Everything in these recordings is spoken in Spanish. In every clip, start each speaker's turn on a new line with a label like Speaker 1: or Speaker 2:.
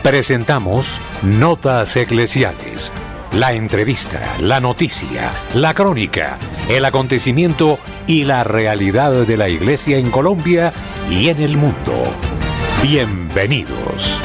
Speaker 1: Presentamos Notas Eclesiales. La entrevista, la noticia, la crónica, el acontecimiento y la realidad de la Iglesia en Colombia y en el mundo. Bienvenidos.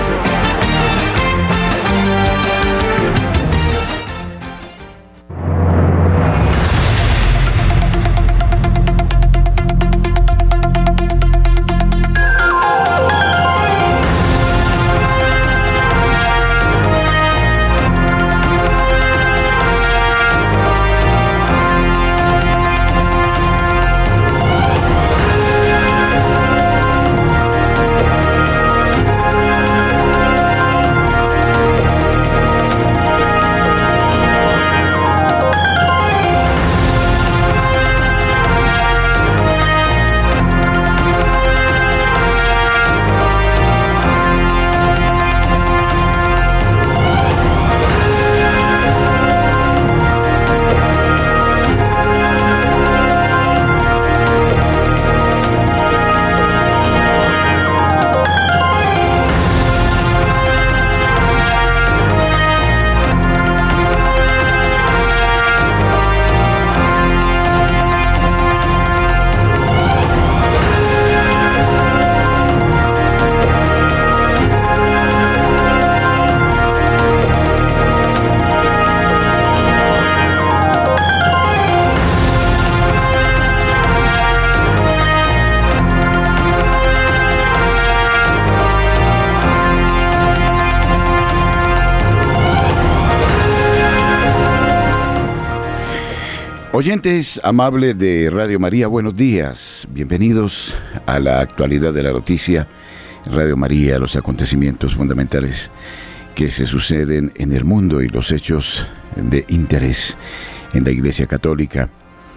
Speaker 2: Oyentes amables de Radio María, buenos días. Bienvenidos a la actualidad de la noticia. Radio María, los acontecimientos fundamentales que se suceden en el mundo y los hechos de interés en la Iglesia Católica.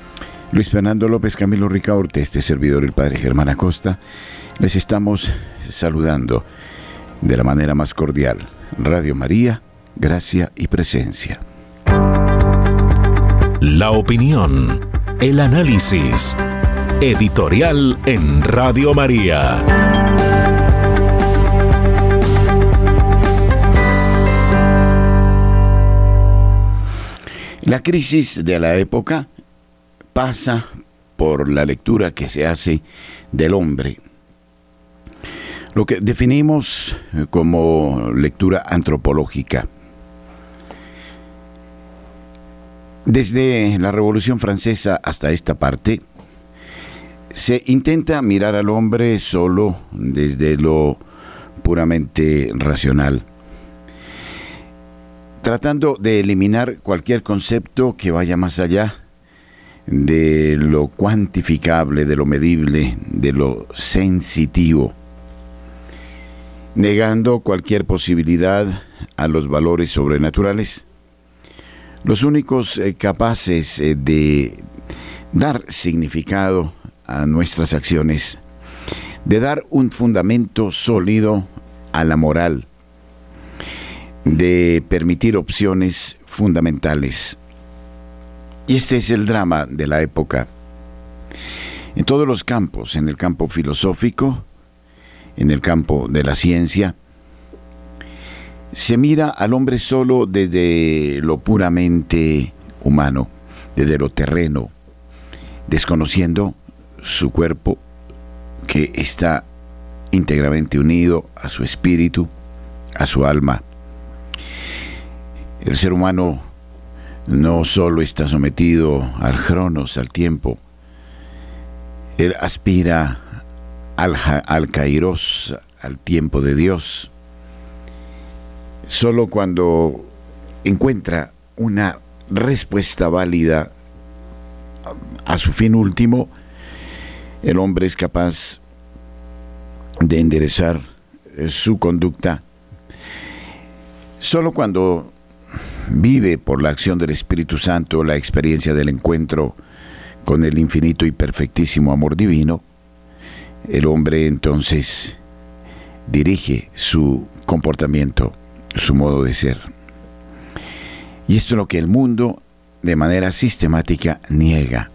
Speaker 2: Luis Fernando López, Camilo Ricaurte, este servidor, el Padre Germán Acosta, les estamos saludando de la manera más cordial. Radio María, gracia y presencia.
Speaker 1: La opinión, el análisis, editorial en Radio María.
Speaker 2: La crisis de la época pasa por la lectura que se hace del hombre. Lo que definimos como lectura antropológica. Desde la Revolución Francesa hasta esta parte, se intenta mirar al hombre solo desde lo puramente racional, tratando de eliminar cualquier concepto que vaya más allá de lo cuantificable, de lo medible, de lo sensitivo, negando cualquier posibilidad a los valores sobrenaturales. Los únicos capaces de dar significado a nuestras acciones, de dar un fundamento sólido a la moral, de permitir opciones fundamentales. Y este es el drama de la época. En todos los campos, en el campo filosófico, en el campo de la ciencia, se mira al hombre solo desde lo puramente humano, desde lo terreno, desconociendo su cuerpo que está íntegramente unido a su espíritu, a su alma. El ser humano no solo está sometido al cronos, al tiempo, él aspira al kairos, al tiempo de Dios. Solo cuando encuentra una respuesta válida a su fin último, el hombre es capaz de enderezar su conducta. Solo cuando vive por la acción del Espíritu Santo la experiencia del encuentro con el infinito y perfectísimo amor divino, el hombre entonces dirige su comportamiento, su modo de ser. Y esto es lo que el mundo de manera sistemática niega.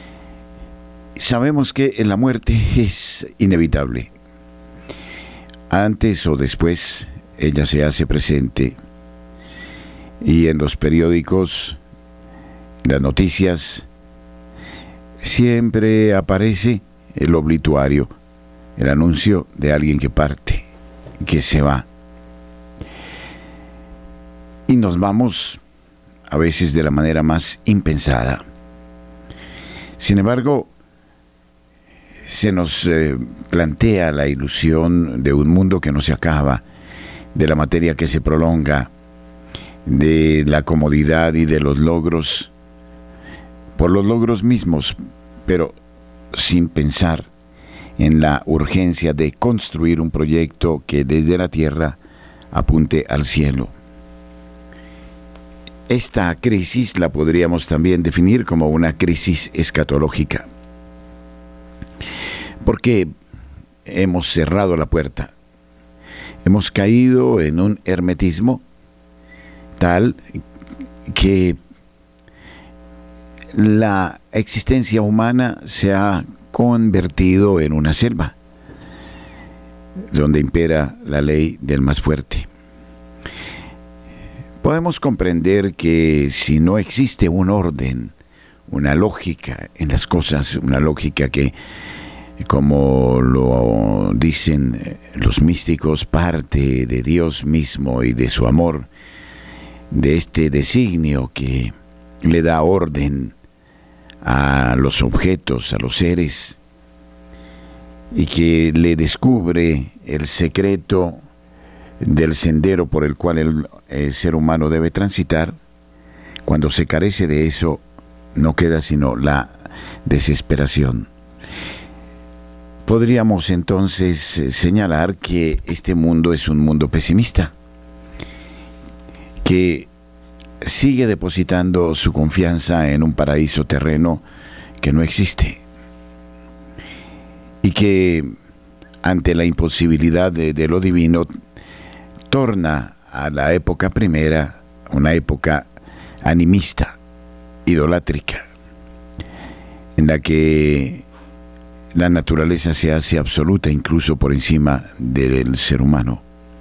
Speaker 2: Sabemos que la muerte es inevitable. antes o después ella se hace presente y en los periódicos, las noticias, siempre aparece el obituario, el anuncio de alguien que parte, que se va. Y nos vamos a veces de la manera más impensada. Sin embargo, se nos plantea la ilusión de un mundo que no se acaba, de la materia que se prolonga, de la comodidad y de los logros, por los logros mismos, pero sin pensar en la urgencia de construir un proyecto que desde la tierra apunte al cielo. Esta crisis la podríamos también definir como una crisis escatológica, porque hemos cerrado la puerta, hemos caído en un hermetismo tal que la existencia humana se ha convertido en una selva, donde impera la ley del más fuerte. Podemos comprender que si no existe un orden, una lógica en las cosas, una lógica que, como lo dicen los místicos, parte de Dios mismo y de su amor, de este designio que le da orden a los objetos, a los seres, y que le descubre el secreto del sendero por el cual el ser humano debe transitar. Cuando se carece de eso, no queda sino la desesperación. Podríamos entonces señalar que este mundo es un mundo pesimista, que sigue depositando su confianza en un paraíso terreno que no existe, y que ante la imposibilidad de lo divino torna a la época primera una época animista, idolátrica, en la que la naturaleza se hace absoluta incluso por encima del ser humano.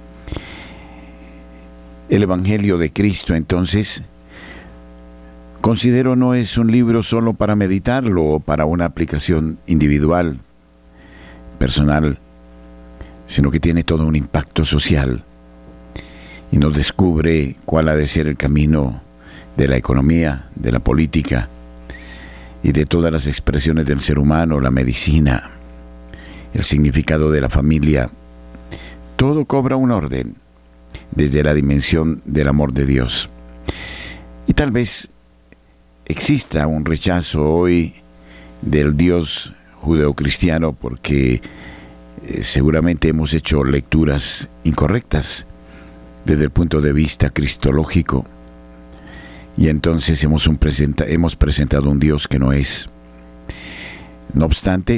Speaker 2: El Evangelio de Cristo, entonces, considero no es un libro solo para meditarlo o para una aplicación individual, personal, sino que tiene todo un impacto social y nos descubre cuál ha de ser el camino de la economía, de la política y de todas las expresiones del ser humano, la medicina, el significado de la familia. Todo cobra un orden desde la dimensión del amor de Dios. Y tal vez exista un rechazo hoy del Dios judeocristiano porque seguramente hemos hecho lecturas incorrectas desde el punto de vista cristológico, y entonces hemos presentado un Dios que no es. No obstante,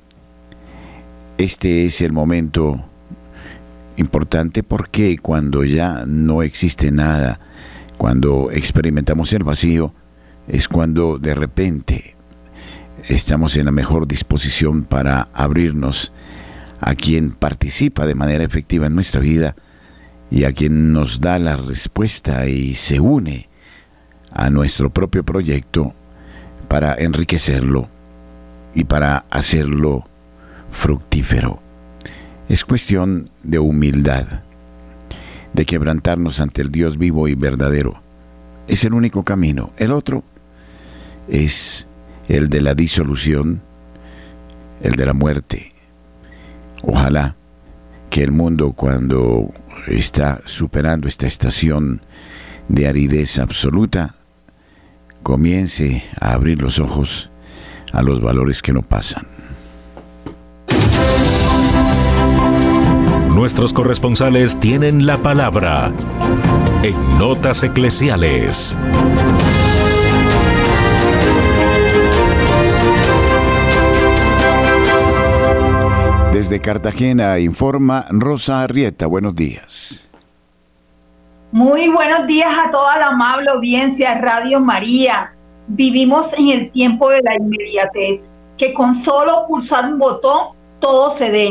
Speaker 2: este es el momento importante, porque cuando ya no existe nada, cuando experimentamos el vacío, es cuando de repente estamos en la mejor disposición para abrirnos a quien participa de manera efectiva en nuestra vida y a quien nos da la respuesta y se une a nuestro propio proyecto para enriquecerlo y para hacerlo fructífero. Es cuestión de humildad, de quebrantarnos ante el Dios vivo y verdadero. Es el único camino. El otro es el de la disolución, el de la muerte. Ojalá que el mundo, cuando está superando esta estación de aridez absoluta, comience a abrir los ojos a los valores que no pasan.
Speaker 1: Nuestros corresponsales tienen la palabra en Notas Eclesiales.
Speaker 2: Desde Cartagena informa Rosa Arrieta. Buenos días.
Speaker 3: Muy buenos días a toda la amable audiencia de Radio María. Vivimos en el tiempo de la inmediatez, que con solo pulsar un botón todo se dé.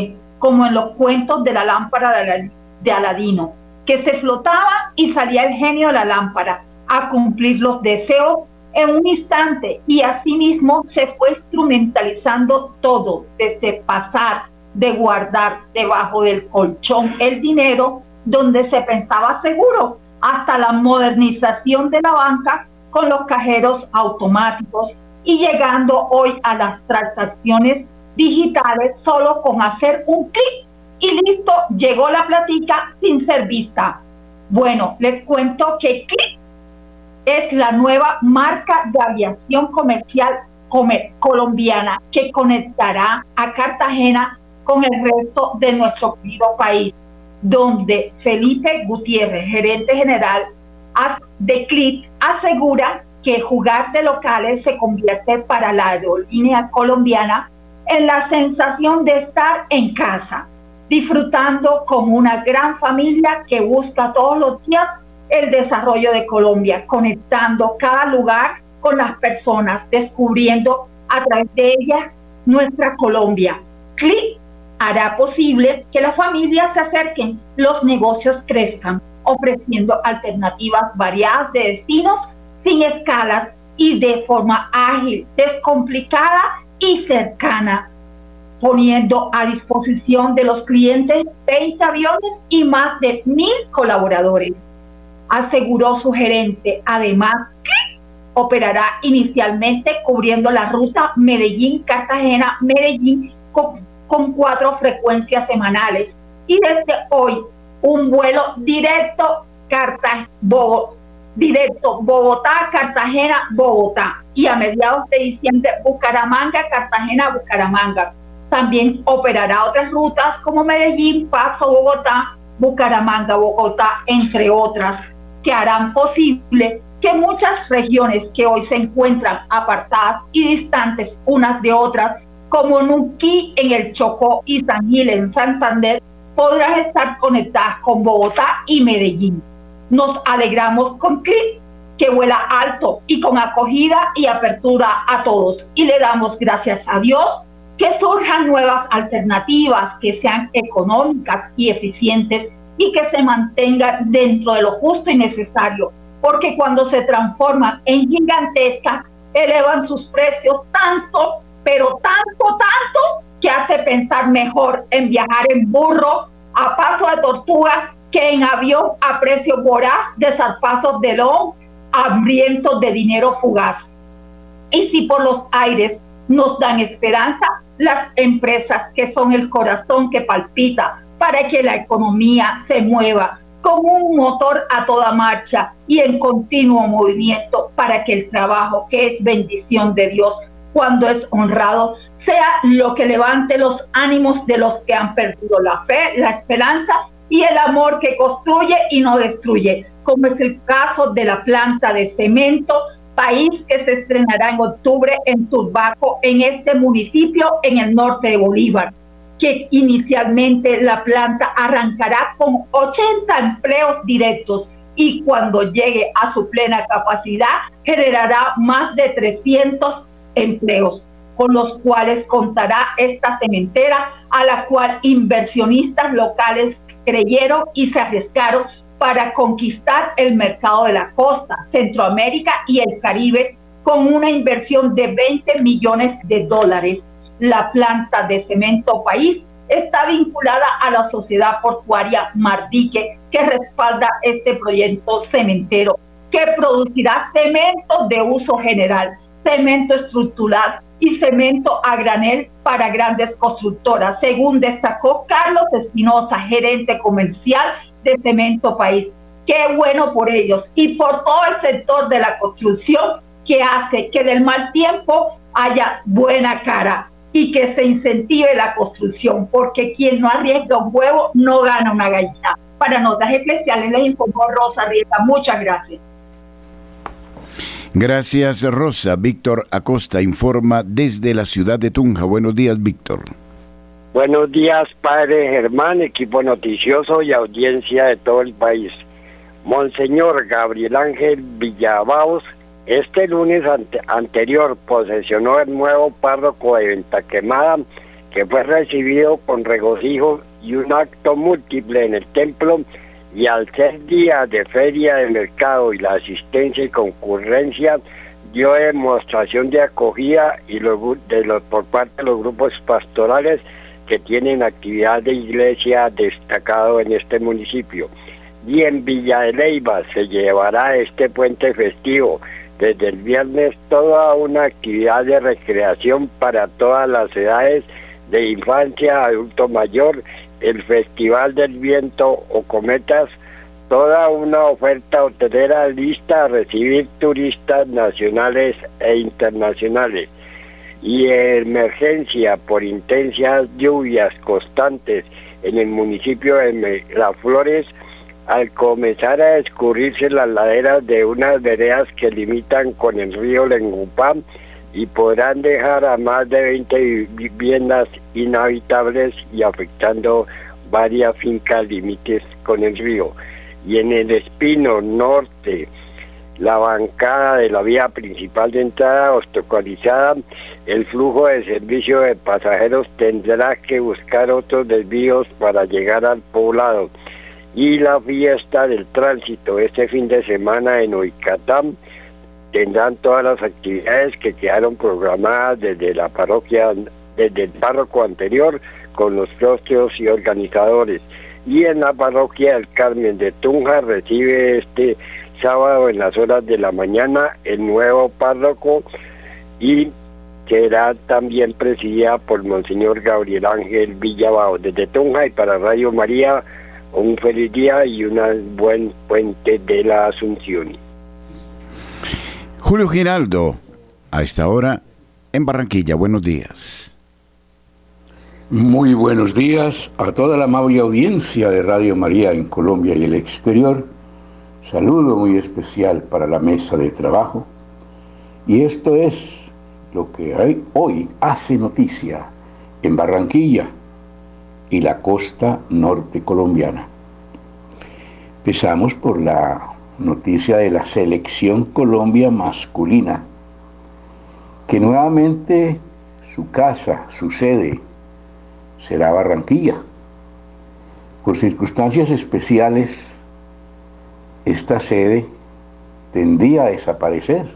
Speaker 3: como en los cuentos de la lámpara de Aladino, que se flotaba y salía el genio de la lámpara a cumplir los deseos en un instante, y asimismo se fue instrumentalizando todo, desde pasar de guardar debajo del colchón el dinero donde se pensaba seguro, hasta la modernización de la banca con los cajeros automáticos y llegando hoy a las transacciones digitales solo con hacer un clic y listo, llegó la platica sin ser vista. Bueno, les cuento que Clic es la nueva marca de aviación comercial colombiana que conectará a Cartagena con el resto de nuestro querido país, donde Felipe Gutiérrez, gerente general de Clic, asegura que jugar de locales se convierte para la aerolínea colombiana en la sensación de estar en casa, disfrutando como una gran familia que busca todos los días el desarrollo de Colombia, conectando cada lugar con las personas, descubriendo a través de ellas nuestra Colombia. Clic hará posible que las familias se acerquen, los negocios crezcan, ofreciendo alternativas variadas de destinos sin escalas y de forma ágil, descomplicada y cercana, poniendo a disposición de los clientes 20 aviones y más de 1,000 colaboradores, aseguró su gerente. Además, Clic operará inicialmente cubriendo la ruta Medellín-Cartagena-Medellín con 4 frecuencias semanales, y desde hoy un vuelo directo Bogotá-Cartagena-Bogotá, y a mediados de diciembre Bucaramanga-Cartagena-Bucaramanga. También operará otras rutas como Medellín, Pasto, Bogotá, Bucaramanga, Bogotá, entre otras, que harán posible que muchas regiones que hoy se encuentran apartadas y distantes unas de otras, como Nuquí en el Chocó y San Gil en Santander, podrán estar conectadas con Bogotá y Medellín. Nos alegramos con Clic, que vuela alto y con acogida y apertura a todos, y le damos gracias a Dios que surjan nuevas alternativas que sean económicas y eficientes y que se mantengan dentro de lo justo y necesario, porque cuando se transforman en gigantescas, elevan sus precios tanto, pero tanto, que hace pensar mejor en viajar en burro a paso de tortuga que en avión a precio voraz de zarpazos de león, hambrientos de dinero fugaz. Y si por los aires nos dan esperanza las empresas que son el corazón que palpita para que la economía se mueva como un motor a toda marcha y en continuo movimiento, para que el trabajo, que es bendición de Dios cuando es honrado, sea lo que levante los ánimos de los que han perdido la fe, la esperanza y el amor, que construye y no destruye, como es el caso de la planta de cemento País, que se estrenará en octubre en Turbaco, en este municipio en el norte de Bolívar, que inicialmente la planta arrancará con 80 empleos directos y cuando llegue a su plena capacidad generará más de 300 empleos, con los cuales contará esta cementera, a la cual inversionistas locales creyeron y se arriesgaron para conquistar el mercado de la costa, Centroamérica y el Caribe, con una inversión de $20 millones. La planta de cemento País está vinculada a la sociedad portuaria Mardique, que respalda este proyecto cementero, que producirá cemento de uso general, cemento estructural y cemento a granel para grandes constructoras, según destacó Carlos Espinosa, gerente comercial de Cemento País. Qué bueno por ellos y por todo el sector de la construcción, que hace que del mal tiempo haya buena cara y que se incentive la construcción, porque quien no arriesga un huevo no gana una gallina. Para Notas Eclesiales les informó Rosa Rieta. Muchas gracias.
Speaker 2: Gracias, Rosa. Víctor Acosta informa desde la ciudad de Tunja. Buenos días, Víctor.
Speaker 4: Buenos días, padre Germán, equipo noticioso y audiencia de todo el país. Monseñor Gabriel Ángel Villabaos, este lunes anterior posesionó el nuevo párroco de Venta Quemada, que fue recibido con regocijo y un acto múltiple en el templo, y al ser día de feria de mercado y la asistencia y concurrencia, dio demostración de acogida y por parte de los grupos pastorales que tienen actividad de iglesia destacado en este municipio. Y en Villa de Leyva se llevará este puente festivo desde el viernes toda una actividad de recreación para todas las edades, de infancia a adulto mayor, el Festival del Viento o Cometas, toda una oferta hotelera lista a recibir turistas nacionales e internacionales. Y emergencia por intensas lluvias constantes en el municipio de Miraflores, al comenzar a escurrirse las laderas de unas veredas que limitan con el río Lengupán, y podrán dejar a más de 20 viviendas inhabitables y afectando varias fincas límites con el río. Y en el Espino Norte, la bancada de la vía principal de entrada obstaculizada, el flujo de servicio de pasajeros tendrá que buscar otros desvíos para llegar al poblado. Y la fiesta del tránsito este fin de semana en Oicatán tendrán todas las actividades que quedaron programadas desde la parroquia, desde el párroco anterior, con los socios y organizadores. Y en la parroquia del Carmen de Tunja recibe este sábado en las horas de la mañana el nuevo párroco, y será también presidida por Monseñor Gabriel Ángel Villabao. Desde Tunja y para Radio María, un feliz día y un buen puente de la Asunción.
Speaker 2: Julio Giraldo, a esta hora en Barranquilla. Buenos días.
Speaker 5: Muy buenos días a toda la amable audiencia de Radio María en Colombia y el exterior. Saludo muy especial para la mesa de trabajo. Y esto es lo que hoy hace noticia en Barranquilla y la costa norte colombiana. Empezamos por la noticia de la Selección Colombia masculina, que nuevamente su casa, su sede, será Barranquilla. Por circunstancias especiales, esta sede tendía a desaparecer,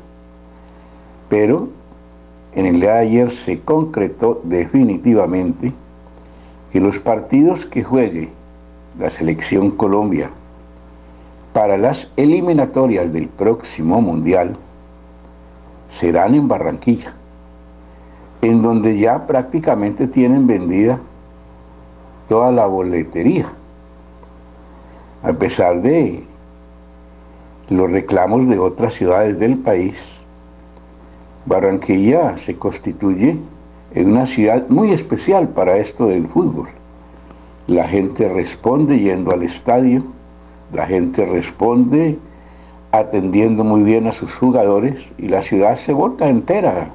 Speaker 5: pero en el día de ayer se concretó definitivamente que los partidos que juegue la Selección Colombia para las eliminatorias del próximo Mundial serán en Barranquilla, en donde ya prácticamente tienen vendida toda la boletería, a pesar de los reclamos de otras ciudades del país. Barranquilla se constituye en una ciudad muy especial para esto del fútbol. La gente responde yendo al estadio, la gente responde atendiendo muy bien a sus jugadores, y la ciudad se volca entera,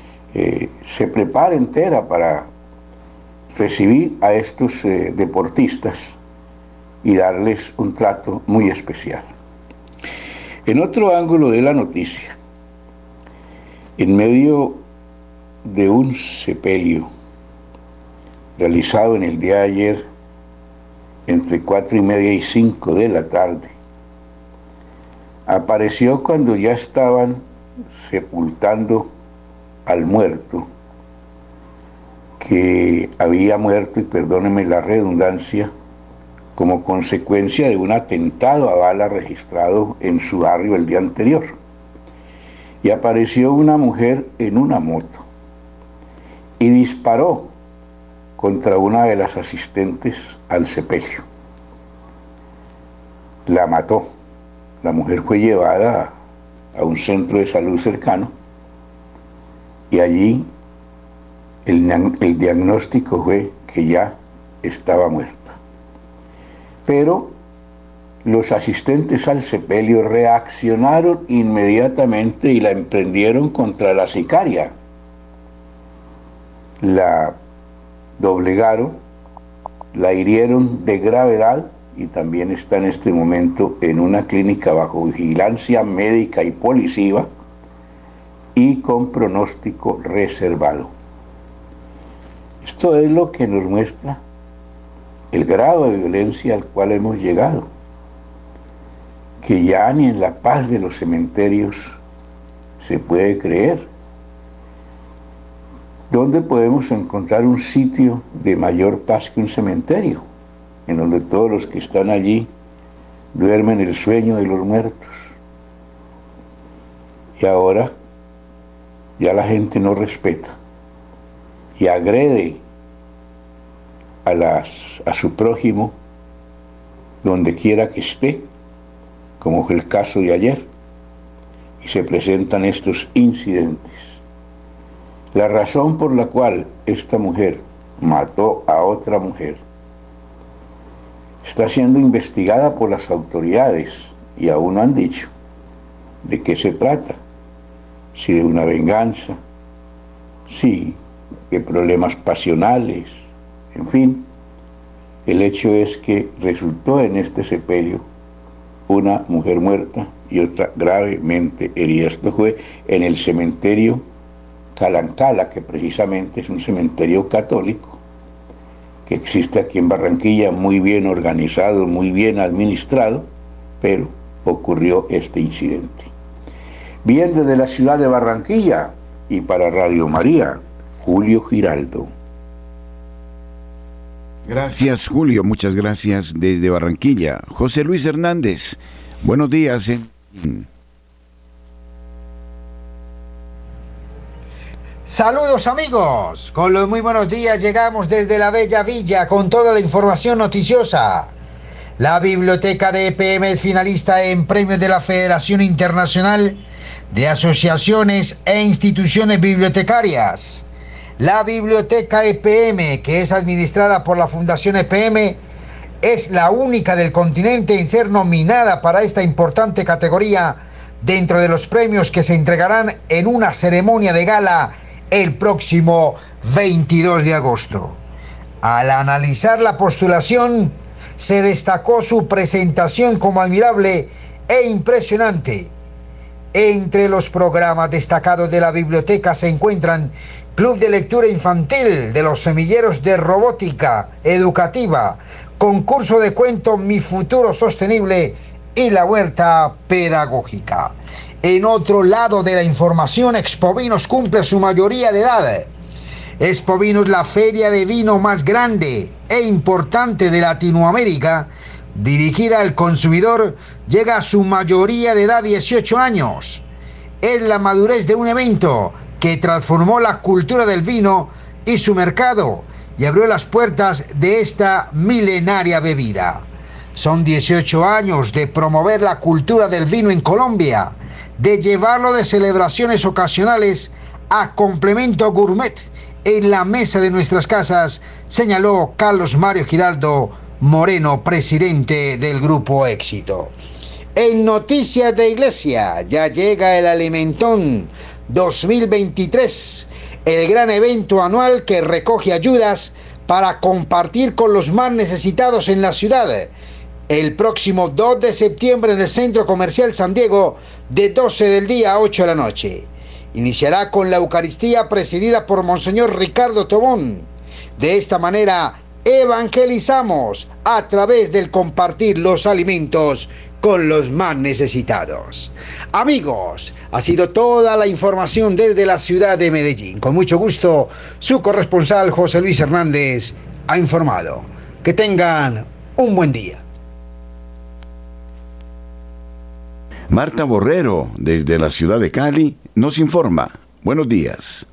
Speaker 5: se prepara entera para recibir a estos deportistas y darles un trato muy especial. En otro ángulo de la noticia, en medio de un sepelio realizado en el día de ayer entre 4:30 y 5 de la tarde, apareció cuando ya estaban sepultando al muerto, que había muerto, y perdónenme la redundancia, como consecuencia de un atentado a bala registrado en su barrio el día anterior. Y apareció una mujer en una moto y disparó contra una de las asistentes al sepelio. La mató. La mujer fue llevada a un centro de salud cercano, y allí el diagnóstico fue que ya estaba muerta. Pero los asistentes al sepelio reaccionaron inmediatamente y la emprendieron contra la sicaria. La doblegaron, la hirieron de gravedad, y también está en este momento en una clínica bajo vigilancia médica y policiva y con pronóstico reservado. Esto es lo que nos muestra el grado de violencia al cual hemos llegado, que ya ni en la paz de los cementerios se puede creer. ¿Dónde podemos encontrar un sitio de mayor paz que un cementerio, en donde todos los que están allí duermen el sueño de los muertos? Y ahora ya la gente no respeta y agrede a su prójimo donde quiera que esté, como fue el caso de ayer, y se presentan estos incidentes. La razón por la cual esta mujer mató a otra mujer está siendo investigada por las autoridades y aún no han dicho de qué se trata, si de una venganza, si de problemas pasionales, en fin. El hecho es que resultó en este sepelio una mujer muerta y otra gravemente herida. Esto fue en el cementerio Calancala, que precisamente es un cementerio católico que existe aquí en Barranquilla, muy bien organizado, muy bien administrado, pero ocurrió este incidente. Bien, desde la ciudad de Barranquilla y para Radio María, Julio Giraldo.
Speaker 2: Gracias, Julio, muchas gracias desde Barranquilla. José Luis Hernández, buenos días.
Speaker 6: Saludos amigos, con los muy buenos días llegamos desde la Bella Villa con toda la información noticiosa. La biblioteca de EPM es finalista en premios de la Federación Internacional de Asociaciones e Instituciones Bibliotecarias. La biblioteca EPM, que es administrada por la Fundación EPM, es la única del continente en ser nominada para esta importante categoría dentro de los premios que se entregarán en una ceremonia de gala el próximo 22 de agosto. Al analizar la postulación, se destacó su presentación como admirable e impresionante. Entre los programas destacados de la biblioteca se encuentran Club de Lectura Infantil de los Semilleros de Robótica Educativa, concurso de cuento Mi Futuro Sostenible y la Huerta Pedagógica. En otro lado de la información, Expovinos cumple su mayoría de edad. Expovinos, la feria de vino más grande e importante de Latinoamérica, dirigida al consumidor, llega a su mayoría de edad, 18 años. Es la madurez de un evento que transformó la cultura del vino y su mercado y abrió las puertas de esta milenaria bebida. Son 18 años de promover la cultura del vino en Colombia, de llevarlo de celebraciones ocasionales a complemento gourmet en la mesa de nuestras casas, señaló Carlos Mario Giraldo Moreno, presidente del Grupo Éxito. En Noticias de Iglesia, ya llega el Alimentón 2023, el gran evento anual que recoge ayudas para compartir con los más necesitados en la ciudad. El próximo 2 de septiembre en el Centro Comercial San Diego, de 12 del día a 8 de la noche. Iniciará con la Eucaristía presidida por Monseñor Ricardo Tobón. De esta manera evangelizamos a través del compartir los alimentos con los más necesitados. Amigos, ha sido toda la información desde la ciudad de Medellín. Con mucho gusto, su corresponsal José Luis Hernández ha informado. Que tengan un buen día.
Speaker 2: Marta Borrero, desde la ciudad de Cali, nos informa. Buenos días.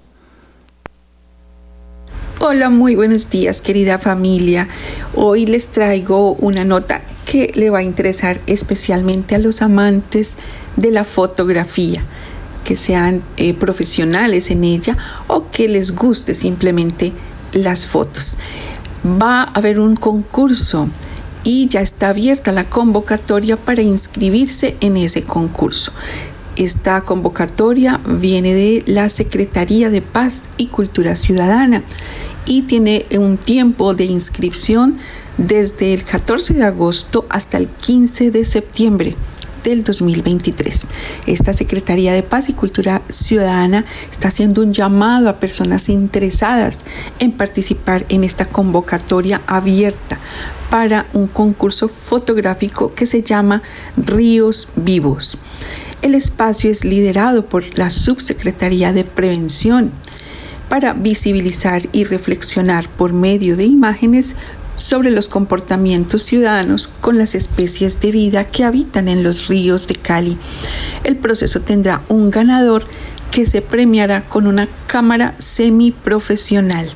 Speaker 7: Hola, muy buenos días, querida familia. Hoy les traigo una nota que le va a interesar especialmente a los amantes de la fotografía, que sean profesionales en ella o que les guste simplemente las fotos. Va a haber un concurso y ya está abierta la convocatoria para inscribirse en ese concurso. Esta convocatoria viene de la Secretaría de Paz y Cultura Ciudadana y tiene un tiempo de inscripción desde el 14 de agosto hasta el 15 de septiembre, del 2023. Esta Secretaría de Paz y Cultura Ciudadana está haciendo un llamado a personas interesadas en participar en esta convocatoria abierta para un concurso fotográfico que se llama Ríos Vivos. El espacio es liderado por la Subsecretaría de Prevención para visibilizar y reflexionar por medio de imágenes sobre los comportamientos ciudadanos con las especies de vida que habitan en los ríos de Cali. El proceso tendrá un ganador que se premiará con una cámara semiprofesional.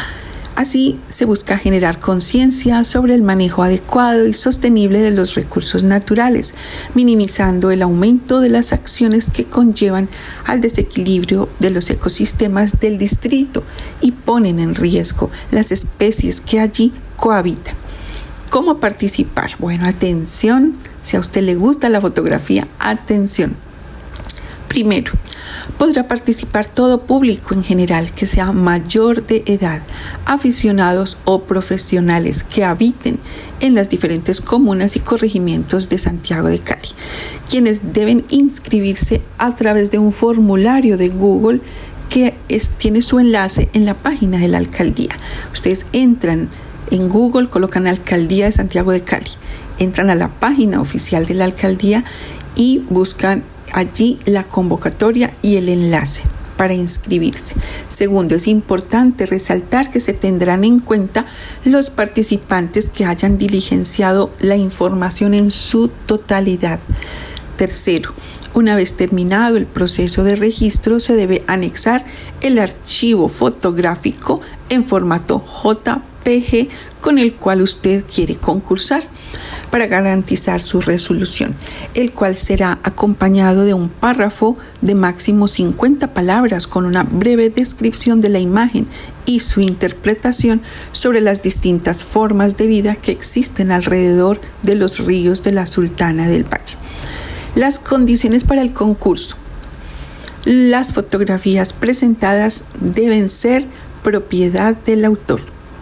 Speaker 7: Así se busca generar conciencia sobre el manejo adecuado y sostenible de los recursos naturales, minimizando el aumento de las acciones que conllevan al desequilibrio de los ecosistemas del distrito y ponen en riesgo las especies que allí cohabitan. ¿Cómo participar? Bueno, atención, si a usted le gusta la fotografía, atención. Primero, podrá participar todo público en general que sea mayor de edad, aficionados o profesionales que habiten en las diferentes comunas y corregimientos de Santiago de Cali, quienes deben inscribirse a través de un formulario de Google que tiene su enlace en la página de la alcaldía. Ustedes entran en Google, colocan Alcaldía de Santiago de Cali, entran a la página oficial de la alcaldía y buscan allí la convocatoria y el enlace para inscribirse. Segundo, es importante resaltar que se tendrán en cuenta los participantes que hayan diligenciado la información en su totalidad. Tercero, una vez terminado el proceso de registro, se debe anexar el archivo fotográfico en formato JPG con el cual usted quiere concursar para garantizar su resolución, el cual será acompañado de un párrafo de máximo 50 palabras con una breve descripción de la imagen y su interpretación sobre las distintas formas de vida que existen alrededor de los ríos de la Sultana del Valle. Las condiciones para el concurso. Las fotografías presentadas deben ser propiedad del autor.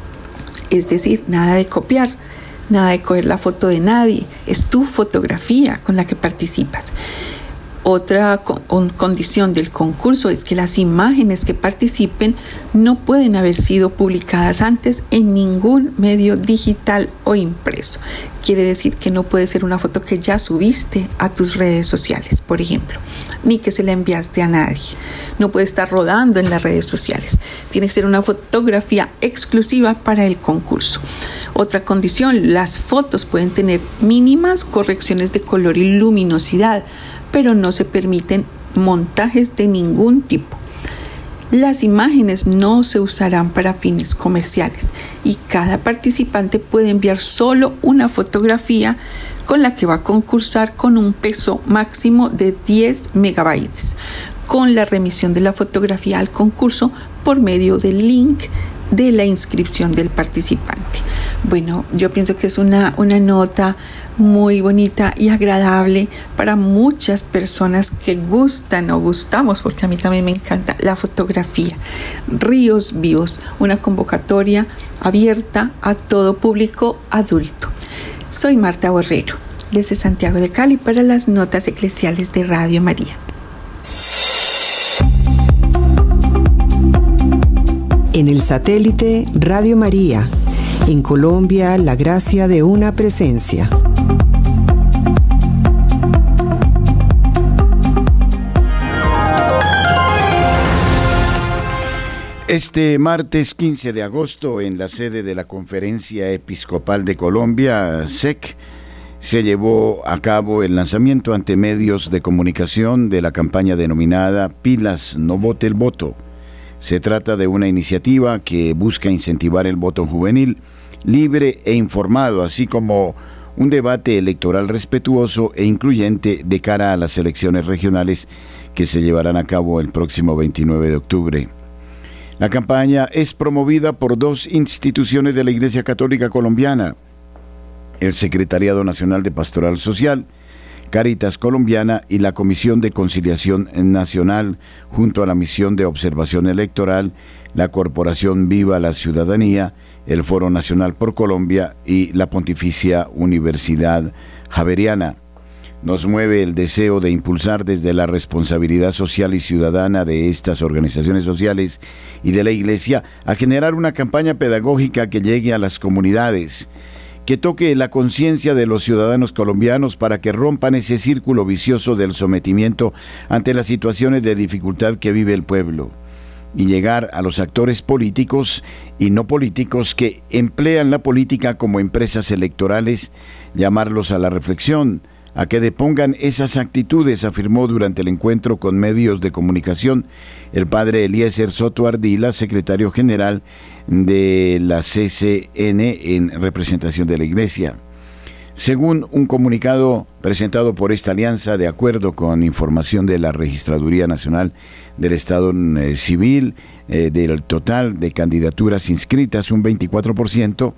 Speaker 7: Es decir, nada de copiar, nada de coger la foto de nadie. Es tu fotografía con la que participas. Otra condición del concurso es que las imágenes que participen no pueden haber sido publicadas antes en ningún medio digital o impreso. Quiere decir que no puede ser una foto que ya subiste a tus redes sociales, por ejemplo, ni que se la enviaste a nadie. No puede estar rodando en las redes sociales. Tiene que ser una fotografía exclusiva para el concurso. Otra condición, las fotos pueden tener mínimas correcciones de color y luminosidad, pero no se permiten montajes de ningún tipo. Las imágenes no se usarán para fines comerciales y cada participante puede enviar solo una fotografía con la que va a concursar con un peso máximo de 10 megabytes, con la remisión de la fotografía al concurso por medio del link de la inscripción del participante. Bueno, yo pienso que es una nota muy bonita y agradable para muchas personas que gustan o gustamos, porque a mí también me encanta la fotografía. Ríos Vivos, una convocatoria abierta a todo público adulto. Soy Marta Borrero, desde Santiago de Cali para las Notas Eclesiales de Radio María.
Speaker 8: En el satélite Radio María, en Colombia, la gracia de una presencia.
Speaker 2: Este martes 15 de agosto, en la sede de la Conferencia Episcopal de Colombia, SEC, se llevó a cabo el lanzamiento ante medios de comunicación de la campaña denominada Pilas, no vote el voto. Se trata de una iniciativa que busca incentivar el voto juvenil libre e informado, así como un debate electoral respetuoso e incluyente de cara a las elecciones regionales que se llevarán a cabo el próximo 29 de octubre. La campaña es promovida por dos instituciones de la Iglesia Católica Colombiana: el Secretariado Nacional de Pastoral Social, Cáritas Colombiana, y la Comisión de Conciliación Nacional, junto a la Misión de Observación Electoral, la Corporación Viva la Ciudadanía, el Foro Nacional por Colombia y la Pontificia Universidad Javeriana. Nos mueve el deseo de impulsar desde la responsabilidad social y ciudadana de estas organizaciones sociales y de la Iglesia a generar una campaña pedagógica que llegue a las comunidades, que toque la conciencia de los ciudadanos colombianos para que rompan ese círculo vicioso del sometimiento ante las situaciones de dificultad que vive el pueblo, y llegar a los actores políticos y no políticos que emplean la política como empresas electorales, llamarlos a la reflexión, a que depongan esas actitudes, afirmó durante el encuentro con medios de comunicación el padre Eliezer Soto Ardila, secretario general de la CCN en representación de la Iglesia. Según un comunicado presentado por esta alianza, de acuerdo con información de la Registraduría Nacional del Estado Civil, del total de candidaturas inscritas, un 24%,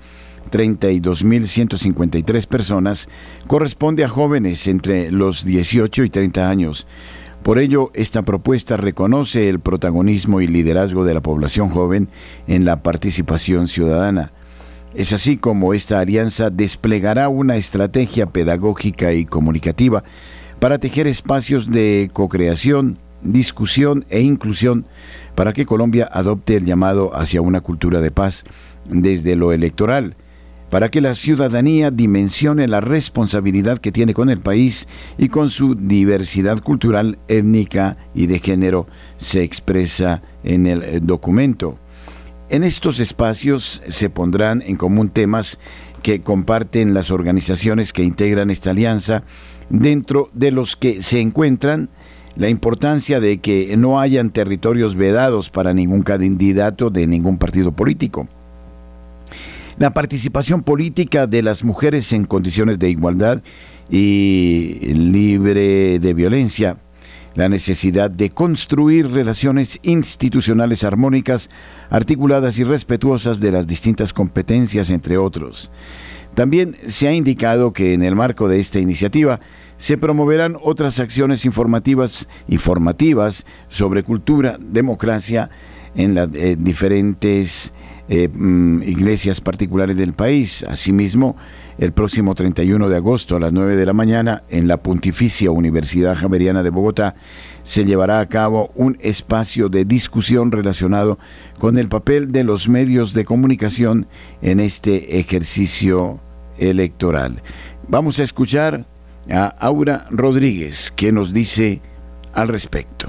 Speaker 2: 32.153 personas, corresponde a jóvenes entre los 18 y 30 años. Por ello, esta propuesta reconoce el protagonismo y liderazgo de la población joven en la participación ciudadana. Es así como esta alianza desplegará una estrategia pedagógica y comunicativa para tejer espacios de co-creación, discusión e inclusión para que Colombia adopte el llamado hacia una cultura de paz desde lo electoral, para que la ciudadanía dimensione la responsabilidad que tiene con el país y con su diversidad cultural, étnica y de género, se expresa en el documento. En estos espacios se pondrán en común temas que comparten las organizaciones que integran esta alianza, dentro de los que se encuentran la importancia de que no hayan territorios vedados para ningún candidato de ningún partido político, la participación política de las mujeres en condiciones de igualdad y libre de violencia, la necesidad de construir relaciones institucionales armónicas, articuladas y respetuosas de las distintas competencias, entre otros. También se ha indicado que en el marco de esta iniciativa se promoverán otras acciones informativas y formativas sobre cultura, democracia en las diferentes iglesias particulares del país. Asimismo, el próximo 31 de agosto a las 9 de la mañana en la Pontificia Universidad Javeriana de Bogotá se llevará a cabo un espacio de discusión relacionado con el papel de los medios de comunicación en este ejercicio electoral. Vamos a escuchar a Aura Rodríguez, que nos dice al respecto.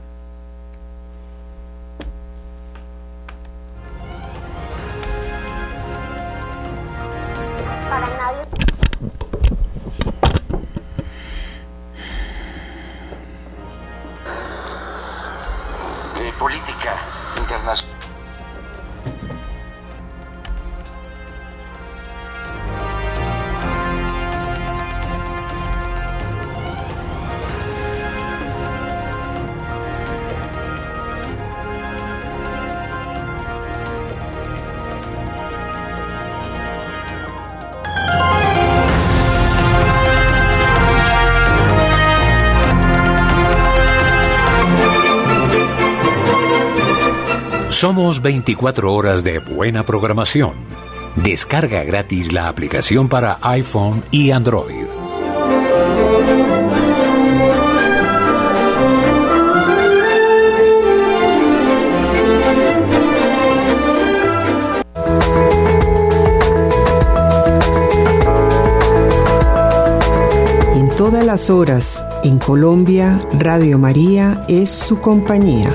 Speaker 9: Política internacional.
Speaker 1: Somos 24 horas de buena programación. Descarga gratis la aplicación para iPhone y Android.
Speaker 8: En todas las horas, en Colombia, Radio María es su compañía.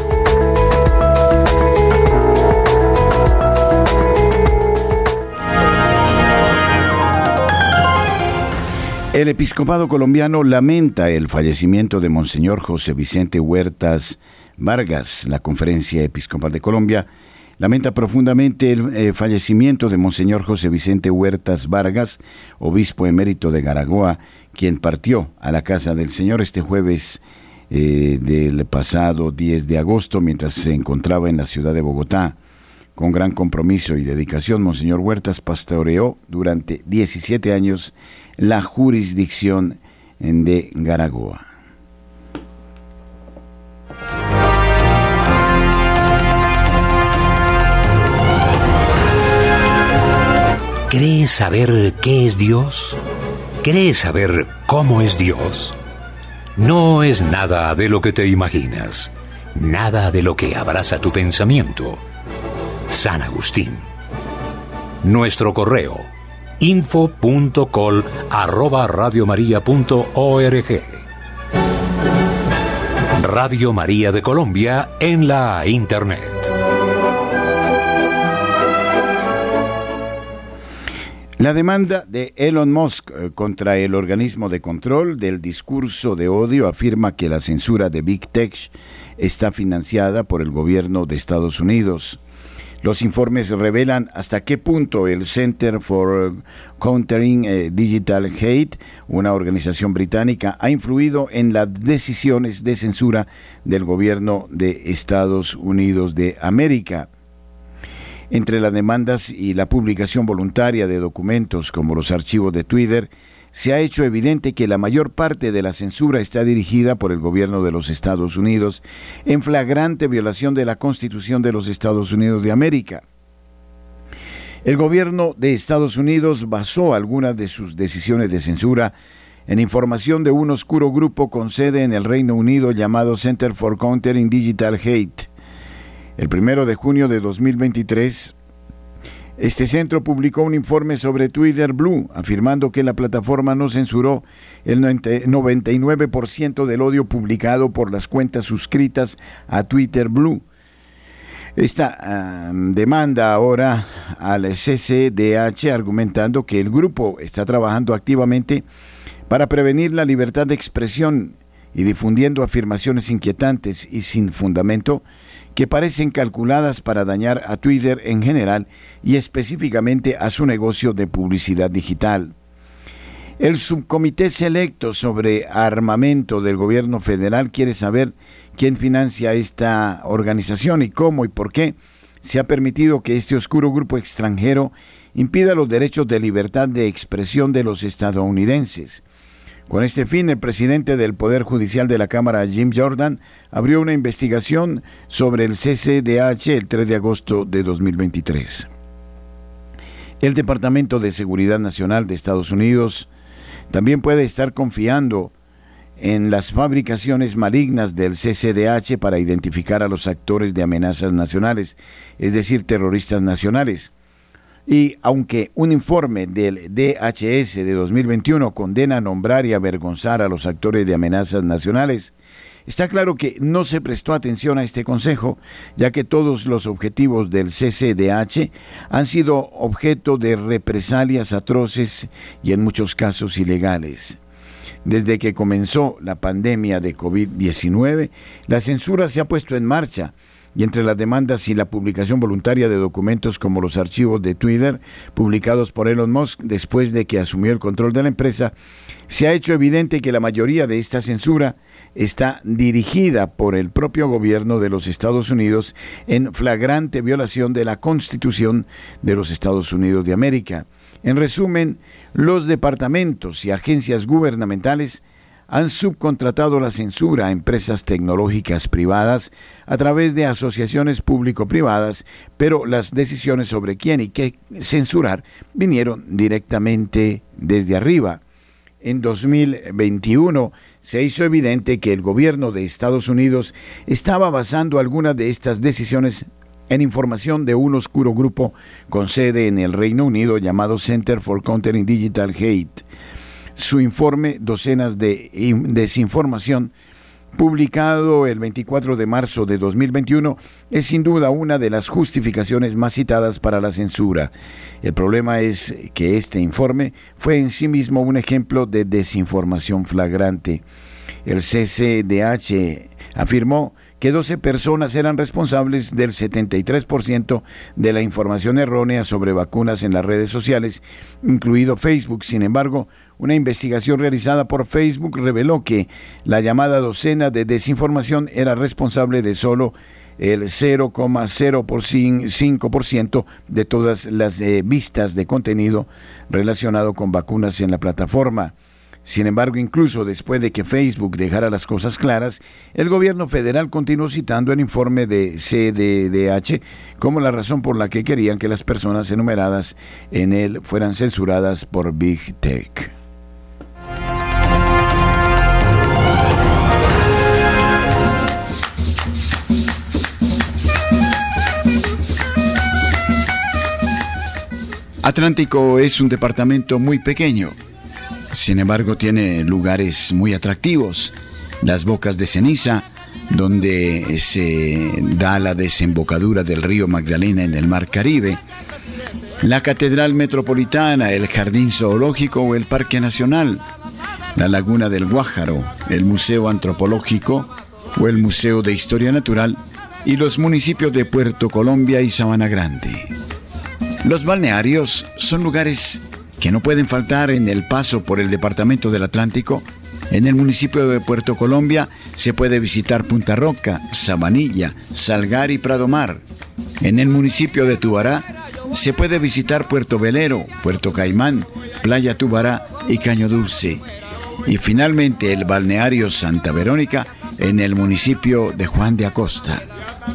Speaker 2: El episcopado colombiano lamenta el fallecimiento de Monseñor José Vicente Huertas Vargas. La Conferencia Episcopal de Colombia lamenta profundamente el fallecimiento de Monseñor José Vicente Huertas Vargas, obispo emérito de Garagoa, quien partió a la casa del Señor este jueves del pasado 10 de agosto, mientras se encontraba en la ciudad de Bogotá. Con gran compromiso y dedicación, Monseñor Huertas pastoreó durante 17 años la jurisdicción de Garagoa.
Speaker 1: ¿Crees saber qué es Dios? ¿Querés saber cómo es Dios? No es nada de lo que te imaginas, nada de lo que abraza tu pensamiento. San Agustín. Nuestro correo info.col@radiomaria.org. Radio María de Colombia en la Internet.
Speaker 2: La demanda de Elon Musk contra el organismo de control del discurso de odio afirma que la censura de Big Tech está financiada por el gobierno de Estados Unidos. Los informes revelan hasta qué punto el Center for Countering Digital Hate, una organización británica, ha influido en las decisiones de censura del gobierno de Estados Unidos de América. Entre las demandas y la publicación voluntaria de documentos como los archivos de Twitter, se ha hecho evidente que la mayor parte de la censura está dirigida por el gobierno de los Estados Unidos en flagrante violación de la Constitución de los Estados Unidos de América. El gobierno de Estados Unidos basó algunas de sus decisiones de censura en información de un oscuro grupo con sede en el Reino Unido llamado Center for Countering Digital Hate. El 1 de junio de 2023, este centro publicó un informe sobre Twitter Blue, afirmando que la plataforma no censuró el 99% del odio publicado por las cuentas suscritas a Twitter Blue. Esta demanda ahora al CCDH, argumentando que el grupo está trabajando activamente para prevenir la libertad de expresión y difundiendo afirmaciones inquietantes y sin fundamento que parecen calculadas para dañar a Twitter en general y específicamente a su negocio de publicidad digital. El subcomité selecto sobre armamento del gobierno federal quiere saber quién financia esta organización y cómo y por qué se ha permitido que este oscuro grupo extranjero impida los derechos de libertad de expresión de los estadounidenses. Con este fin, el presidente del Poder Judicial de la Cámara, Jim Jordan, abrió una investigación sobre el CCDH el 3 de agosto de 2023. El Departamento de Seguridad Nacional de Estados Unidos también puede estar confiando en las fabricaciones malignas del CCDH para identificar a los actores de amenazas nacionales, es decir, terroristas nacionales. Y aunque un informe del DHS de 2021 condena a nombrar y avergonzar a los actores de amenazas nacionales, está claro que no se prestó atención a este consejo, ya que todos los objetivos del CCDH han sido objeto de represalias atroces y en muchos casos ilegales. Desde que comenzó la pandemia de COVID-19, la censura se ha puesto en marcha, y entre las demandas y la publicación voluntaria de documentos como los archivos de Twitter publicados por Elon Musk después de que asumió el control de la empresa, se ha hecho evidente que la mayoría de esta censura está dirigida por el propio gobierno de los Estados Unidos en flagrante violación de la Constitución de los Estados Unidos de América. En resumen, los departamentos y agencias gubernamentales han subcontratado la censura a empresas tecnológicas privadas a través de asociaciones público-privadas, pero las decisiones sobre quién y qué censurar vinieron directamente desde arriba. En 2021 se hizo evidente que el gobierno de Estados Unidos estaba basando algunas de estas decisiones en información de un oscuro grupo con sede en el Reino Unido llamado Center for Countering Digital Hate. Su informe Docenas de Desinformación, publicado el 24 de marzo de 2021, es sin duda una de las justificaciones más citadas para la censura. El problema es que este informe fue en sí mismo un ejemplo de desinformación flagrante. El CCDH afirmó que 12 personas eran responsables del 73% de la información errónea sobre vacunas en las redes sociales, incluido Facebook. Sin embargo, una investigación realizada por Facebook reveló que la llamada docena de desinformación era responsable de solo el 0,05% de todas las vistas de contenido relacionado con vacunas en la plataforma. Sin embargo, incluso después de que Facebook dejara las cosas claras, el gobierno federal continuó citando el informe de CDDH como la razón por la que querían que las personas enumeradas en él fueran censuradas por Big Tech. Atlántico es un departamento muy pequeño. Sin embargo, tiene lugares muy atractivos. Las Bocas de Ceniza, donde se da la desembocadura del río Magdalena en el Mar Caribe. La Catedral Metropolitana, el Jardín Zoológico o el Parque Nacional. La Laguna del Guájaro, el Museo Antropológico o el Museo de Historia Natural y los municipios de Puerto Colombia y Sabana Grande. Los balnearios son lugares que no pueden faltar en el paso por el departamento del Atlántico. En el municipio de Puerto Colombia se puede visitar Punta Roca, Sabanilla, Salgar y Prado Mar. En el municipio de Tubará se puede visitar Puerto Velero, Puerto Caimán, Playa Tubará y Caño Dulce. Y finalmente el balneario Santa Verónica en el municipio de Juan de Acosta.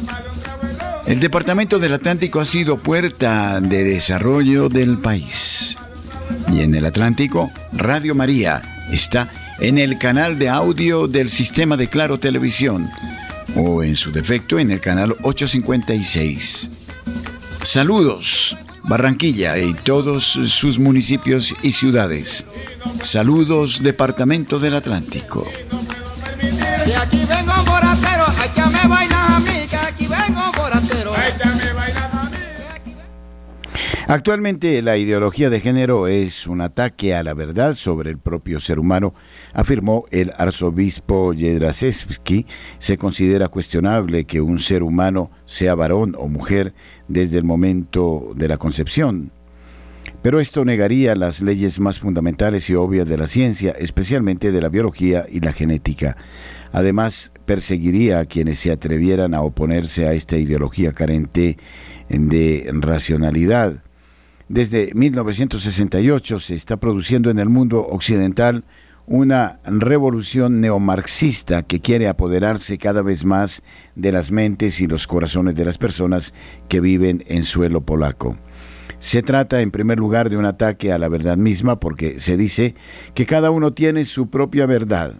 Speaker 2: El departamento del Atlántico ha sido puerta de desarrollo del país. Y en el Atlántico, Radio María está en el canal de audio del sistema de Claro Televisión, o en su defecto en el canal 856. Saludos, Barranquilla y todos sus municipios y ciudades. Saludos, Departamento del Atlántico.
Speaker 10: De aquí vengo borrachero, échame vaina a mí, que aquí vengo borrachero. Échame vaina a mí.
Speaker 2: Actualmente la ideología de género es un ataque a la verdad sobre el propio ser humano, afirmó el arzobispo Yedraszewski. Se considera cuestionable que un ser humano sea varón o mujer desde el momento de la concepción. Pero esto negaría las leyes más fundamentales y obvias de la ciencia, especialmente de la biología y la genética. Además, perseguiría a quienes se atrevieran a oponerse a esta ideología carente de racionalidad. Desde 1968 se está produciendo en el mundo occidental una revolución neomarxista que quiere apoderarse cada vez más de las mentes y los corazones de las personas que viven en suelo polaco. Se trata, en primer lugar, de un ataque a la verdad misma, porque se dice que cada uno tiene su propia verdad.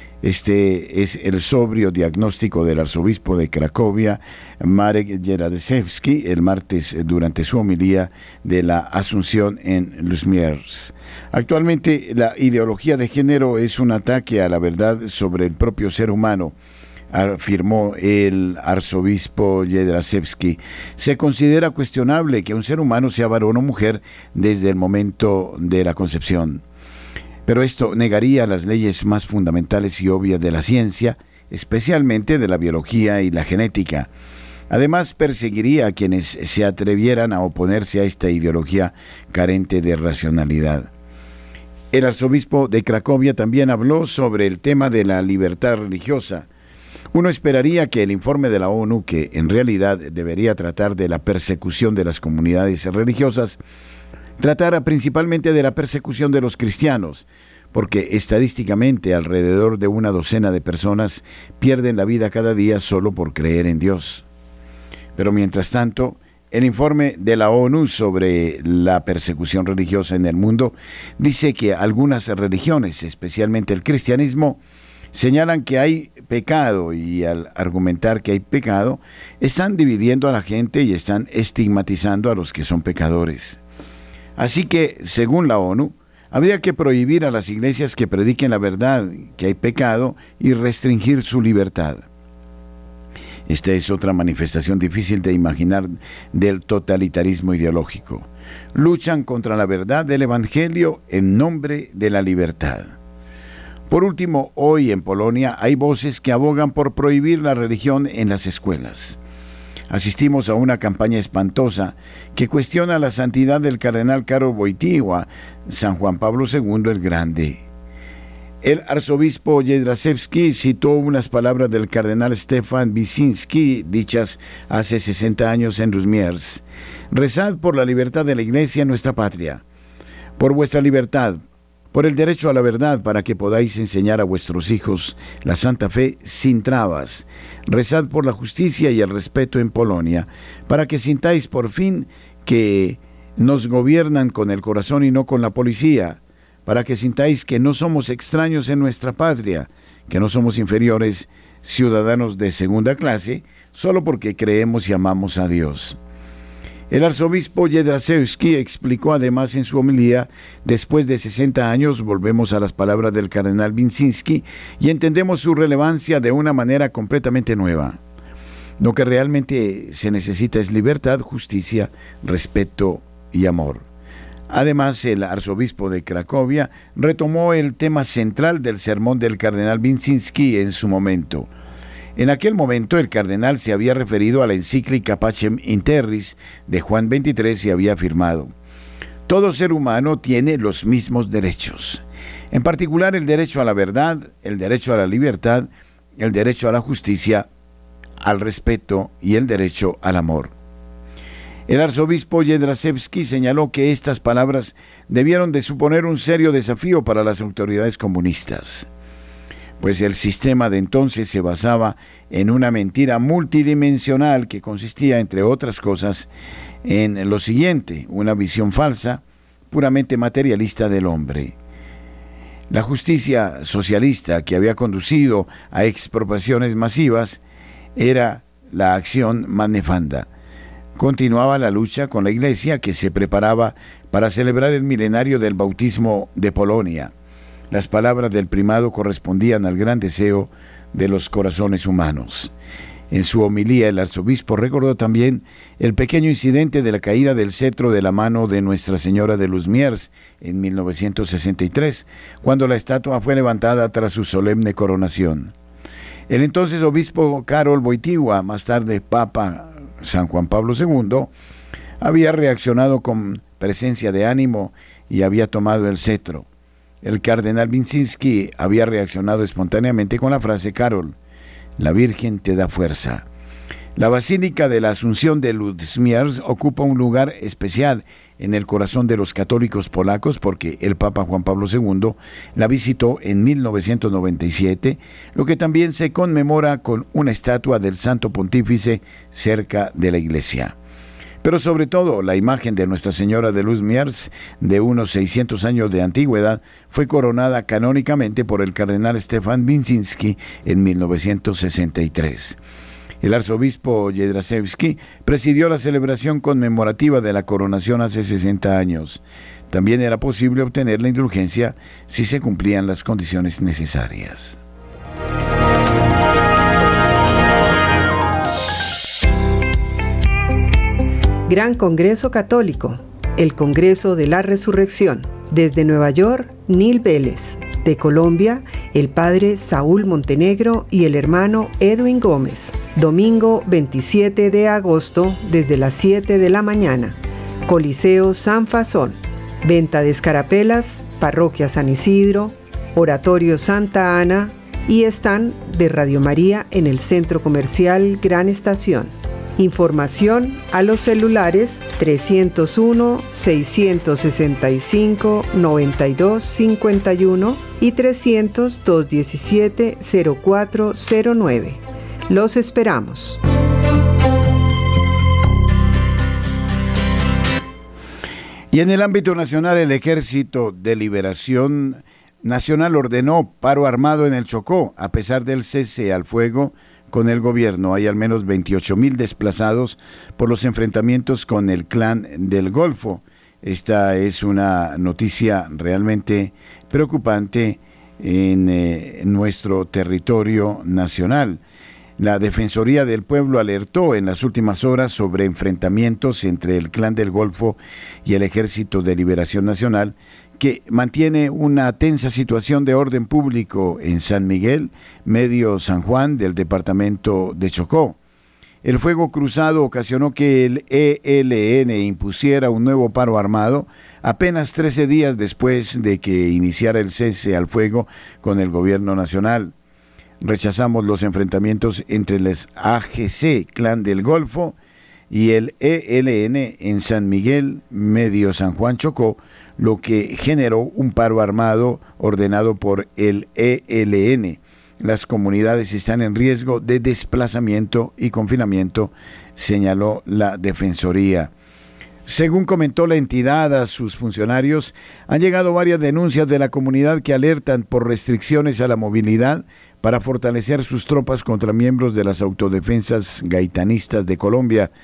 Speaker 2: Este es el sobrio diagnóstico del arzobispo de Cracovia, Marek Jeradaszewski, el martes durante su homilía de la Asunción en Luzmiers. Actualmente, la ideología de género es un ataque a la verdad sobre el propio ser humano, afirmó el arzobispo Jedraszewski. Se considera cuestionable que un ser humano sea varón o mujer desde el momento de la concepción. Pero esto negaría las leyes más fundamentales y obvias de la ciencia, especialmente de la biología y la genética. Además, perseguiría a quienes se atrevieran a oponerse a esta ideología carente de racionalidad. El arzobispo de Cracovia también habló sobre el tema de la libertad religiosa. Uno esperaría que el informe de la ONU, que en realidad debería tratar de la persecución de las comunidades religiosas, tratara principalmente de la persecución de los cristianos, porque estadísticamente alrededor de una docena de personas pierden la vida cada día solo por creer en Dios. Pero mientras tanto, el informe de la ONU sobre la persecución religiosa en el mundo dice que algunas religiones, especialmente el cristianismo, señalan que hay pecado, y al argumentar que hay pecado, están dividiendo a la gente y están estigmatizando a los que son pecadores. Así que, según la ONU, habría que prohibir a las iglesias que prediquen la verdad, que hay pecado, y restringir su libertad. Esta es otra manifestación difícil de imaginar del totalitarismo ideológico. Luchan contra la verdad del Evangelio en nombre de la libertad. Por último, hoy en Polonia hay voces que abogan por prohibir la religión en las escuelas. Asistimos a una campaña espantosa que cuestiona la santidad del cardenal Karol Wojtyła, San Juan Pablo II el Grande. El arzobispo Jedraszewski citó unas palabras del cardenal Stefan Wyszynski, dichas hace 60 años en Luzmiers. Rezad por la libertad de la Iglesia en nuestra patria, por vuestra libertad, por el derecho a la verdad, para que podáis enseñar a vuestros hijos la santa fe sin trabas. Rezad por la justicia y el respeto en Polonia, para que sintáis por fin que nos gobiernan con el corazón y no con la policía, para que sintáis que no somos extraños en nuestra patria, que no somos inferiores, ciudadanos de segunda clase, solo porque creemos y amamos a Dios. El arzobispo Yedraszewski explicó además en su homilía: después de 60 años volvemos a las palabras del cardenal Winczynski y entendemos su relevancia de una manera completamente nueva. Lo que realmente se necesita es libertad, justicia, respeto y amor. Además, el arzobispo de Cracovia retomó el tema central del sermón del cardenal Winczynski en su momento. En aquel momento el cardenal se había referido a la encíclica Pacem in Terris de Juan XXIII y había afirmado: todo ser humano tiene los mismos derechos, en particular el derecho a la verdad, el derecho a la libertad, el derecho a la justicia, al respeto y el derecho al amor. El arzobispo Yedraszewski señaló que estas palabras debieron de suponer un serio desafío para las autoridades comunistas, pues el sistema de entonces se basaba en una mentira multidimensional que consistía, entre otras cosas, en lo siguiente: una visión falsa, puramente materialista del hombre. La justicia socialista que había conducido a expropiaciones masivas era la acción más nefanda. Continuaba la lucha con la Iglesia, que se preparaba para celebrar el milenario del bautismo de Polonia. Las palabras del primado correspondían al gran deseo de los corazones humanos. En su homilía, el arzobispo recordó también el pequeño incidente de la caída del cetro de la mano de Nuestra Señora de Luzmiers en 1963, cuando la estatua fue levantada tras su solemne coronación. El entonces obispo Karol Wojtyła, más tarde Papa San Juan Pablo II, había reaccionado con presencia de ánimo y había tomado el cetro. El cardenal Winczynski había reaccionado espontáneamente con la frase: Karol, la Virgen te da fuerza. La Basílica de la Asunción de Luzmiers ocupa un lugar especial en el corazón de los católicos polacos porque el Papa Juan Pablo II la visitó en 1997, lo que también se conmemora con una estatua del Santo Pontífice cerca de la iglesia. Pero sobre todo, la imagen de Nuestra Señora de Luzmiers, de unos 600 años de antigüedad, fue coronada canónicamente por el cardenal Stefan Winczynski en 1963. El arzobispo Yedraszewski presidió la celebración conmemorativa de la coronación hace 60 años. También era posible obtener la indulgencia si se cumplían las condiciones necesarias.
Speaker 8: Gran Congreso Católico, el Congreso de la Resurrección. Desde Nueva York, Neil Vélez. De Colombia, el padre Saúl Montenegro y el hermano Edwin Gómez. Domingo 27 de agosto, desde las 7 de la mañana. Coliseo San Fasón. Venta de escarapelas, Parroquia San Isidro, Oratorio Santa Ana y stand de Radio María en el Centro Comercial Gran Estación. Información a los celulares 301-665-9251 y 300-217-0409. Los esperamos.
Speaker 2: Y en el ámbito nacional, el Ejército de Liberación Nacional ordenó paro armado en el Chocó, a pesar del cese al fuego con el gobierno. Hay al menos 28,000 desplazados por los enfrentamientos con el Clan del Golfo. Esta es una noticia realmente preocupante en nuestro territorio nacional. La Defensoría del Pueblo alertó en las últimas horas sobre enfrentamientos entre el Clan del Golfo y el Ejército de Liberación Nacional, que mantiene una tensa situación de orden público en San Miguel, Medio San Juan del departamento de Chocó. El fuego cruzado ocasionó que el ELN impusiera un nuevo paro armado apenas 13 días después de que iniciara el cese al fuego con el gobierno nacional. Rechazamos los enfrentamientos entre les AGC, Clan del Golfo, y el ELN en San Miguel, Medio San Juan, Chocó, lo que generó un paro armado ordenado por el ELN. Las comunidades están en riesgo de desplazamiento y confinamiento, señaló la Defensoría. Según comentó la entidad a sus funcionarios, han llegado varias denuncias de la comunidad que alertan por restricciones a la movilidad para fortalecer sus tropas contra miembros de las autodefensas gaitanistas de Colombia,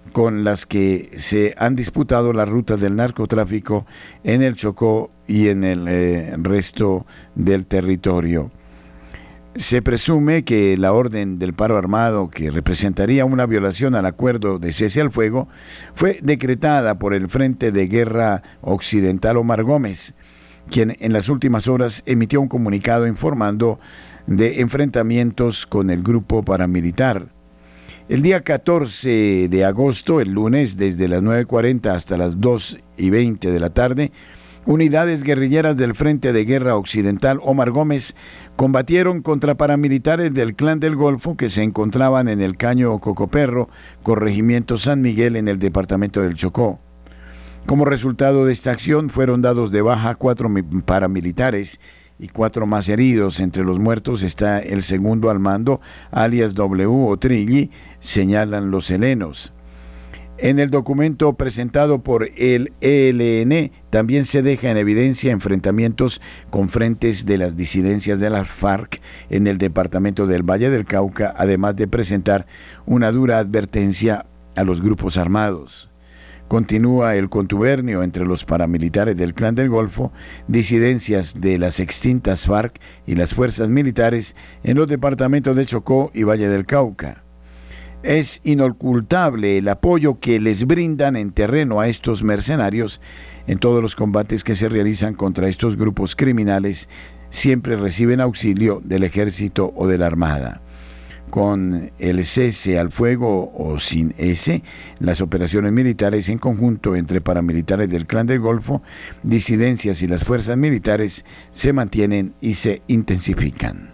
Speaker 2: con las que se han disputado las rutas del narcotráfico en el Chocó y en el resto del territorio. Se presume que la orden del paro armado, que representaría una violación al acuerdo de cese al fuego, fue decretada por el Frente de Guerra Occidental Omar Gómez, quien en las últimas horas emitió un comunicado informando de enfrentamientos con el grupo paramilitar. El día 14 de agosto, el lunes, desde las 9:40 hasta las 2:20 de la tarde, unidades guerrilleras del Frente de Guerra Occidental Omar Gómez combatieron contra paramilitares del Clan del Golfo que se encontraban en el Caño Cocoperro, corregimiento San Miguel, en el departamento del Chocó. Como resultado de esta acción fueron dados de baja 4 paramilitares y 4 más heridos. Entre los muertos está el segundo al mando, alias W o Trilli, señalan los helenos. En el documento presentado por el ELN también se deja en evidencia enfrentamientos con frentes de las disidencias de las FARC en el departamento del Valle del Cauca, además de presentar una dura advertencia a los grupos armados. Continúa el contubernio entre los paramilitares del Clan del Golfo, disidencias de las extintas FARC y las fuerzas militares en los departamentos de Chocó y Valle del Cauca. Es inocultable el apoyo que les brindan en terreno a estos mercenarios en todos los combates que se realizan contra estos grupos criminales. Siempre reciben auxilio del ejército o de la armada. Con el cese al fuego o sin ese, las operaciones militares en conjunto entre paramilitares del Clan del Golfo, disidencias y las fuerzas militares se mantienen y se intensifican.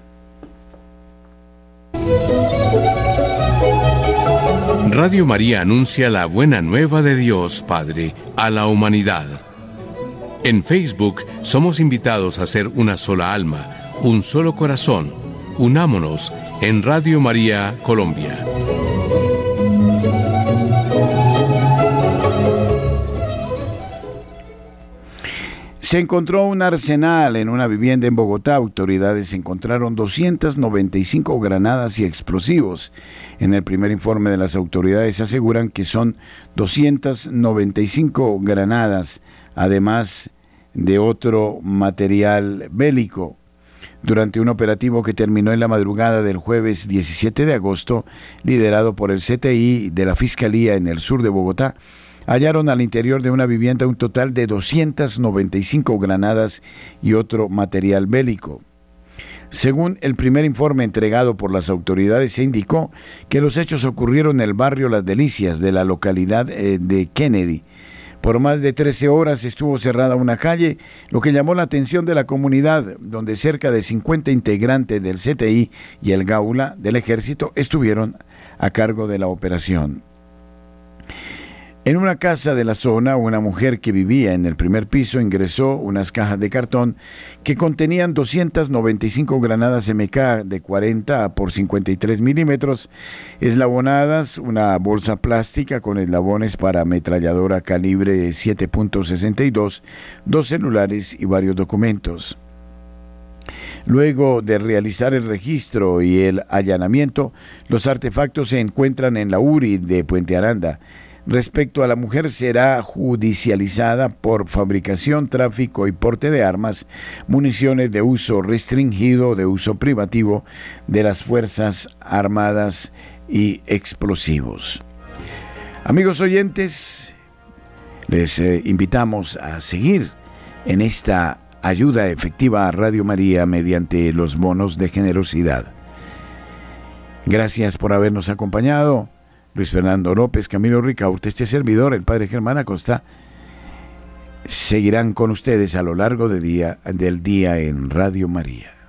Speaker 11: Radio María anuncia la buena nueva de Dios Padre a la humanidad. En Facebook somos invitados a ser una sola alma, un solo corazón. Unámonos en Radio María Colombia.
Speaker 2: Se encontró un arsenal en una vivienda en Bogotá. Autoridades encontraron 295 granadas y explosivos. En el primer informe de las autoridades aseguran que son 295 granadas, además de otro material bélico. Durante un operativo que terminó en la madrugada del jueves 17 de agosto, liderado por el CTI de la Fiscalía en el sur de Bogotá, hallaron al interior de una vivienda un total de 295 granadas y otro material bélico. Según el primer informe entregado por las autoridades, se indicó que los hechos ocurrieron en el barrio Las Delicias de la localidad de Kennedy. Por más de 13 horas estuvo cerrada una calle, lo que llamó la atención de la comunidad, donde cerca de 50 integrantes del CTI y el Gaula del Ejército estuvieron a cargo de la operación. En una casa de la zona, una mujer que vivía en el primer piso ingresó unas cajas de cartón que contenían 295 granadas MK de 40 por 53 milímetros, eslabonadas, una bolsa plástica con eslabones para ametralladora calibre 7.62, 2 celulares y varios documentos. Luego de realizar el registro y el allanamiento, los artefactos se encuentran en la URI de Puente Aranda. Respecto a la mujer, será judicializada por fabricación, tráfico y porte de armas, municiones de uso restringido o de uso privativo de las Fuerzas Armadas y explosivos. Amigos oyentes, les invitamos a seguir en esta ayuda efectiva a Radio María mediante los bonos de generosidad. Gracias por habernos acompañado. Luis Fernando López, Camilo Ricaurte, este servidor, el Padre Germán Acosta, seguirán con ustedes a lo largo del día en Radio María.